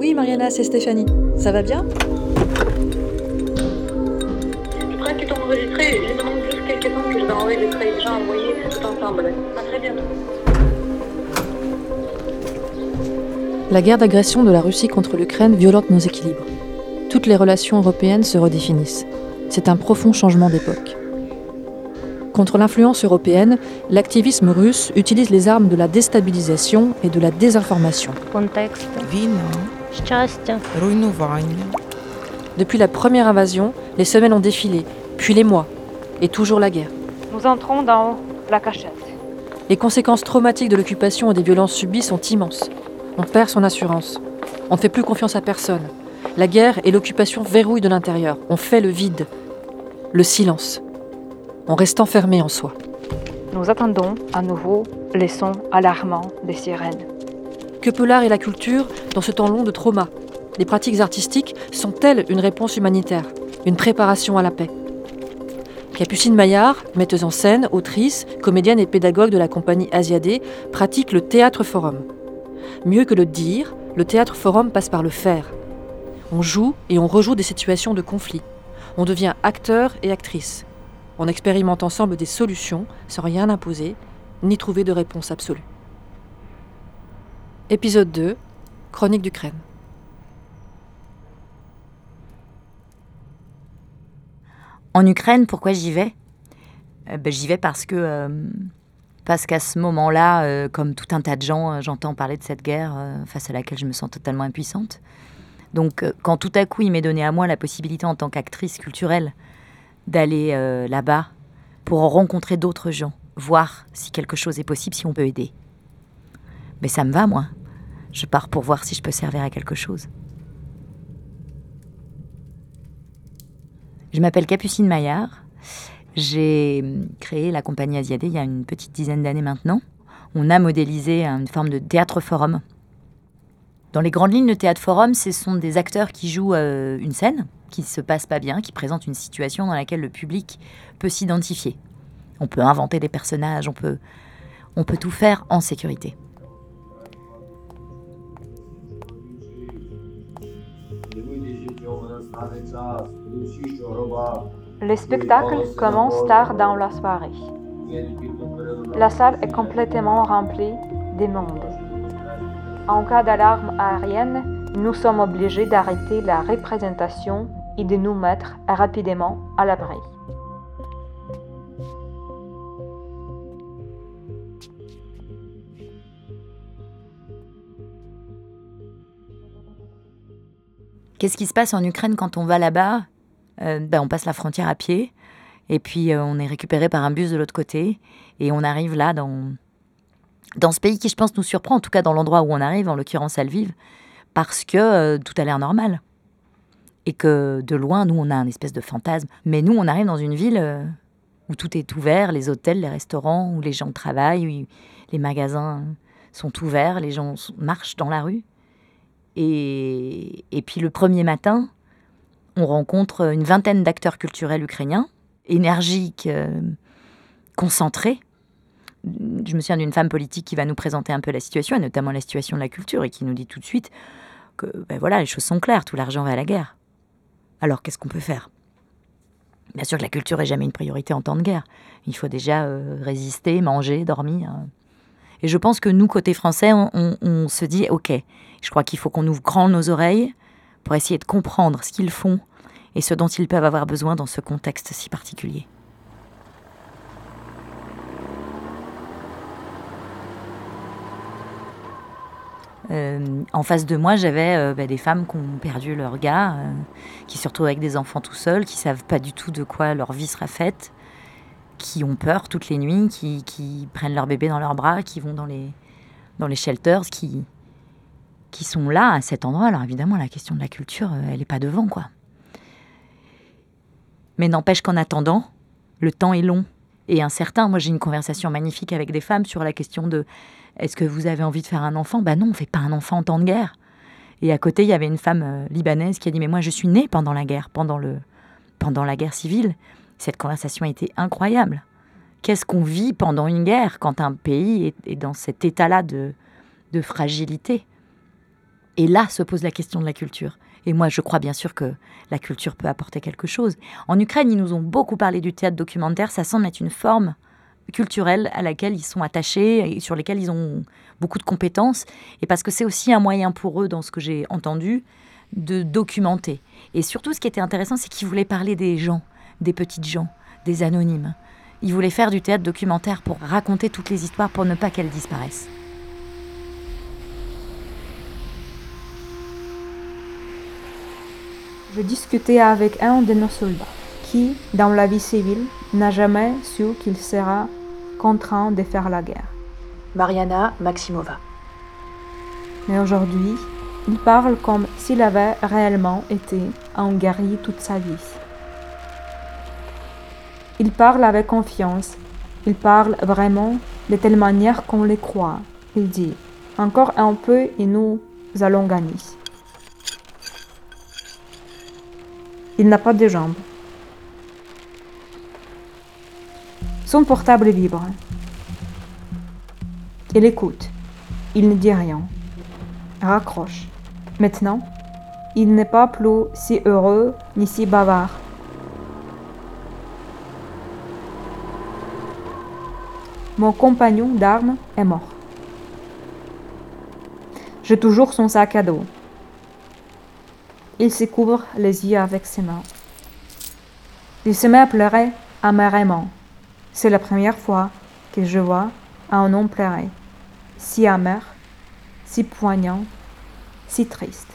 Oui, Mariana, c'est Stéphanie. Ça va bien ? Je crois qu'ils t'ont enregistré. Je demande juste quelques temps que je vais enregistrer. Déjà envoyé tout ensemble. À très bientôt. La guerre d'agression de la Russie contre l'Ukraine violente nos équilibres. Toutes les relations européennes se redéfinissent. C'est un profond changement d'époque. Contre l'influence européenne, l'activisme russe utilise les armes de la déstabilisation et de la désinformation. Контекст, Війна, щастя. руйнування. Depuis la première invasion, les semaines ont défilé, puis les mois, et toujours la guerre. Nous entrons dans la cachette. Les conséquences traumatiques de l'occupation et des violences subies sont immenses. On perd son assurance. On ne fait plus confiance à personne. La guerre et l'occupation verrouillent de l'intérieur. On fait le vide, le silence. On reste enfermé en soi. Nous attendons à nouveau les sons alarmants des sirènes. Que peut l'art et la culture dans ce temps long de trauma ? Les pratiques artistiques sont-elles une réponse humanitaire, une préparation à la paix ? Capucine Maillard, metteuse en scène, autrice, comédienne et pédagogue de la compagnie Asiadé, pratique le théâtre forum. Mieux que le dire, le théâtre forum passe par le faire. On joue et on rejoue des situations de conflit. On devient acteur et actrice. On expérimente ensemble des solutions sans rien imposer, ni trouver de réponse absolue. Épisode 2, Chronique d'Ukraine. En Ukraine, pourquoi j'y vais ? J'y vais parce qu'à ce moment-là, comme tout un tas de gens, j'entends parler de cette guerre face à laquelle je me sens totalement impuissante. Donc, quand tout à coup, il m'est donné à moi la possibilité en tant qu'actrice culturelle d'aller là-bas pour rencontrer d'autres gens, voir si quelque chose est possible, si on peut aider. Mais ça me va, moi. Je pars pour voir si je peux servir à quelque chose. Je m'appelle Capucine Maillard. J'ai créé la compagnie Asiadé il y a une petite dizaine d'années maintenant. On a modélisé une forme de théâtre forum. Dans les grandes lignes, le théâtre forum, ce sont des acteurs qui jouent une scène qui ne se passe pas bien, qui présente une situation dans laquelle le public peut s'identifier. On peut inventer des personnages, on peut tout faire en sécurité. Les spectacles commencent tard dans la soirée. La salle est complètement remplie de monde. En cas d'alarme aérienne, nous sommes obligés d'arrêter la représentation et de nous mettre rapidement à l'abri. Qu'est-ce qui se passe en Ukraine quand on va là-bas ? On passe la frontière à pied, et puis on est récupéré par un bus de l'autre côté, et on arrive là dans ce pays qui, je pense, nous surprend, en tout cas dans l'endroit où on arrive, en l'occurrence à Lviv, parce que tout a l'air normal. Et que de loin, nous, on a un espèce de fantasme. Mais nous, on arrive dans une ville où tout est ouvert, les hôtels, les restaurants, où les gens travaillent, où les magasins sont ouverts, les gens marchent dans la rue. Et puis le premier matin, on rencontre une vingtaine d'acteurs culturels ukrainiens, énergiques, concentrés. Je me souviens d'une femme politique qui va nous présenter un peu la situation, et notamment la situation de la culture, et qui nous dit tout de suite que les choses sont claires, tout l'argent va à la guerre. Alors qu'est-ce qu'on peut faire ? Bien sûr que la culture n'est jamais une priorité en temps de guerre. Il faut déjà résister, manger, dormir. Et je pense que nous, côté français, on se dit « Ok, je crois qu'il faut qu'on ouvre grand nos oreilles pour essayer de comprendre ce qu'ils font et ce dont ils peuvent avoir besoin dans ce contexte si particulier. » En face de moi, j'avais des femmes qui ont perdu leur gars, qui se retrouvent avec des enfants tout seuls, qui ne savent pas du tout de quoi leur vie sera faite, qui ont peur toutes les nuits, qui prennent leur bébé dans leurs bras, qui vont dans les shelters, qui sont là, à cet endroit. Alors évidemment, la question de la culture, elle n'est pas devant, quoi. Mais n'empêche qu'en attendant, le temps est long et incertain. Moi, j'ai une conversation magnifique avec des femmes sur la question de « Est-ce que vous avez envie de faire un enfant ?» Non, on ne fait pas un enfant en temps de guerre. Et à côté, il y avait une femme libanaise qui a dit « Mais moi, je suis née pendant la guerre, pendant la guerre civile. » Cette conversation a été incroyable. Qu'est-ce qu'on vit pendant une guerre quand un pays est dans cet état-là de fragilité ? Et là se pose la question de la culture. Et moi, je crois bien sûr que la culture peut apporter quelque chose. En Ukraine, ils nous ont beaucoup parlé du théâtre documentaire. Ça semble être une forme culturelle à laquelle ils sont attachés et sur lesquelles ils ont beaucoup de compétences. Et parce que c'est aussi un moyen pour eux, dans ce que j'ai entendu, de documenter. Et surtout, ce qui était intéressant, c'est qu'ils voulaient parler des gens, des petites gens, des anonymes. Ils voulaient faire du théâtre documentaire pour raconter toutes les histoires, pour ne pas qu'elles disparaissent. Je discutais avec un de nos soldats qui, dans la vie civile, n'a jamais su qu'il sera contraint de faire la guerre. Mariana Maximova. Mais aujourd'hui, il parle comme s'il avait réellement été un guerrier toute sa vie. Il parle avec confiance. Il parle vraiment de telle manière qu'on les croit. Il dit « Encore un peu et nous allons gagner ». Il n'a pas de jambes. Son portable vibre. Il écoute. Il ne dit rien. Raccroche. Maintenant, il n'est pas plus si heureux ni si bavard. Mon compagnon d'armes est mort. J'ai toujours son sac à dos. Il se couvre les yeux avec ses mains. Il se met à pleurer amèrement. C'est la première fois que je vois un homme pleurer, si amer, si poignant, si triste.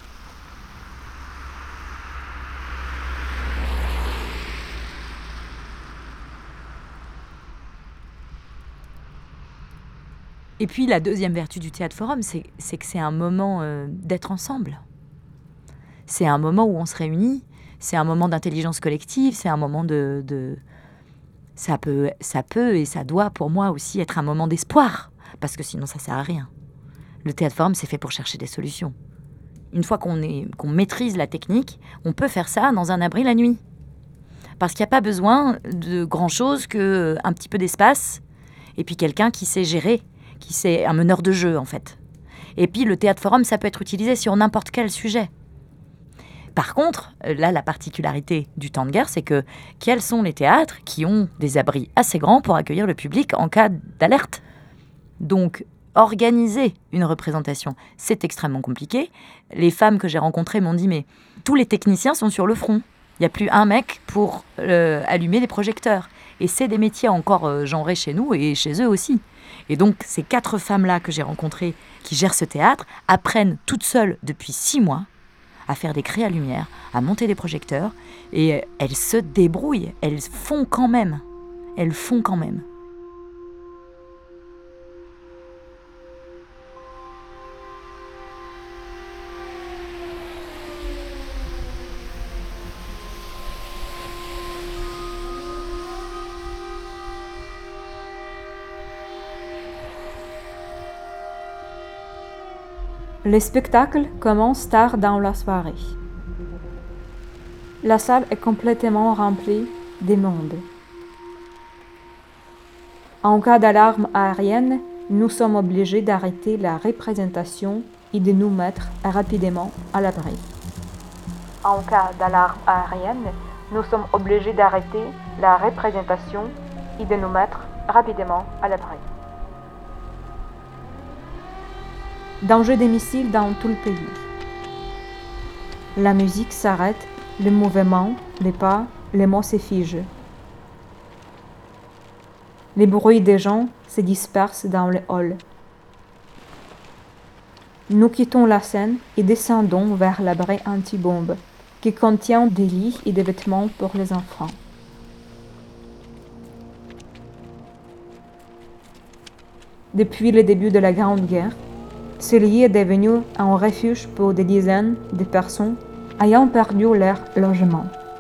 Et puis la deuxième vertu du Théâtre Forum, c'est que c'est un moment d'être ensemble. C'est un moment où on se réunit, c'est un moment d'intelligence collective, c'est un moment ça peut et ça doit pour moi aussi être un moment d'espoir, parce que sinon ça sert à rien. Le Théâtre Forum, c'est fait pour chercher des solutions. Une fois qu'on maîtrise la technique, on peut faire ça dans un abri la nuit. Parce qu'il n'y a pas besoin de grand-chose qu'un petit peu d'espace, et puis quelqu'un qui sait gérer, qui sait un meneur de jeu en fait. Et puis le Théâtre Forum, ça peut être utilisé sur n'importe quel sujet. Par contre, là, la particularité du temps de guerre, c'est que quels sont les théâtres qui ont des abris assez grands pour accueillir le public en cas d'alerte ? Donc, organiser une représentation, c'est extrêmement compliqué. Les femmes que j'ai rencontrées m'ont dit, mais tous les techniciens sont sur le front. Il n'y a plus un mec pour allumer les projecteurs. Et c'est des métiers encore genrés chez nous et chez eux aussi. Et donc, ces 4 femmes-là que j'ai rencontrées qui gèrent ce théâtre apprennent toutes seules depuis 6 mois à faire des crés à lumière, à monter des projecteurs, et elles se débrouillent, elles font quand même. Le spectacle commence tard dans la soirée. La salle est complètement remplie de monde. En cas d'alarme aérienne, nous sommes obligés d'arrêter la représentation et de nous mettre rapidement à l'abri. En cas d'alarme aérienne, nous sommes obligés d'arrêter la représentation et de nous mettre rapidement à l'abri. Danger des missiles dans tout le pays. La musique s'arrête, le mouvement, les pas, les mots se figent. Les bruits des gens se dispersent dans le hall. Nous quittons la scène et descendons vers l'abri anti-bombe, qui contient des lits et des vêtements pour les enfants. Depuis le début de la Grande Guerre, ce lieu est devenu un refuge pour des dizaines de personnes ayant perdu leur logement.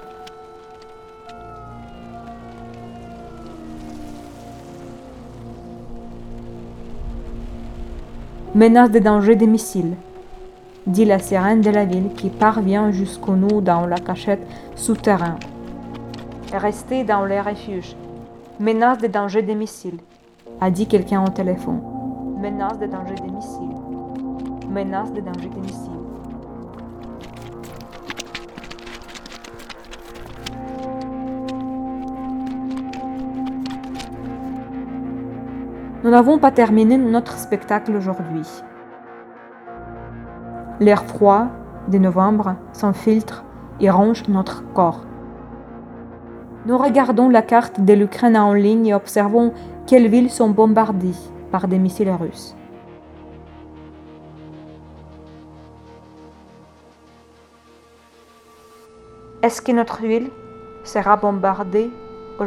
Menace de danger des missiles, dit la sirène de la ville qui parvient jusqu'au nous dans la cachette souterraine. Restez dans les refuges. Menace de danger des missiles, a dit quelqu'un au téléphone. Menace de danger des missiles. menace de danger de missiles. Nous n'avons pas terminé notre spectacle aujourd'hui. L'air froid de novembre s'infiltre et ronge notre corps. Nous regardons la carte de l'Ukraine en ligne et observons quelles villes sont bombardées par des missiles russes. Est-ce que notre ville sera bombardée aujourd'hui ?